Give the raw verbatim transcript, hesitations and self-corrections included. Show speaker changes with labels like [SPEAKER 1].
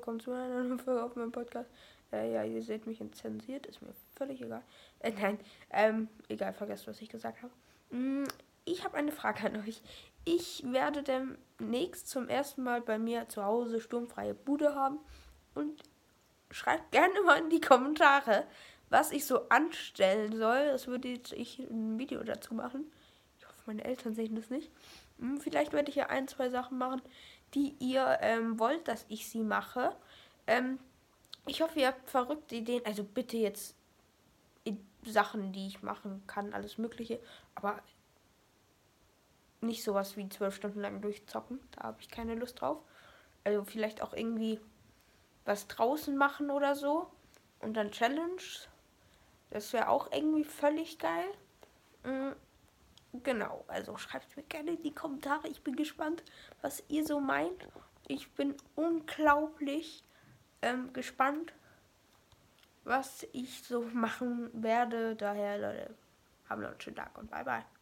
[SPEAKER 1] willkommen zu einer neuen Folge auf meinem Podcast. Äh, ja, ihr seht mich zensiert, ist mir völlig egal. Äh, nein, ähm, egal, vergesst, was ich gesagt habe. Mm, ich habe eine Frage an euch. Ich werde demnächst zum ersten Mal bei mir zu Hause sturmfreie Bude haben und schreibt gerne mal in die Kommentare, was ich so anstellen soll. Das würde jetzt ich ein Video dazu machen. Ich hoffe, meine Eltern sehen das nicht. Hm, Vielleicht werde ich ja ein, zwei Sachen machen, die ihr ähm, wollt, dass ich sie mache. Ähm, ich hoffe, ihr habt verrückte Ideen. Also bitte jetzt Sachen, die ich machen kann, alles Mögliche. Aber nicht sowas wie zwölf Stunden lang durchzocken. Da habe ich keine Lust drauf. Also vielleicht auch irgendwie was draußen machen oder so. Und dann Challenge. Das wäre auch irgendwie völlig geil. Mhm. Genau, also schreibt mir gerne in die Kommentare. Ich bin gespannt, was ihr so meint. Ich bin unglaublich ähm, gespannt, was ich so machen werde. Daher, Leute, haben wir einen schönen Tag und bye bye.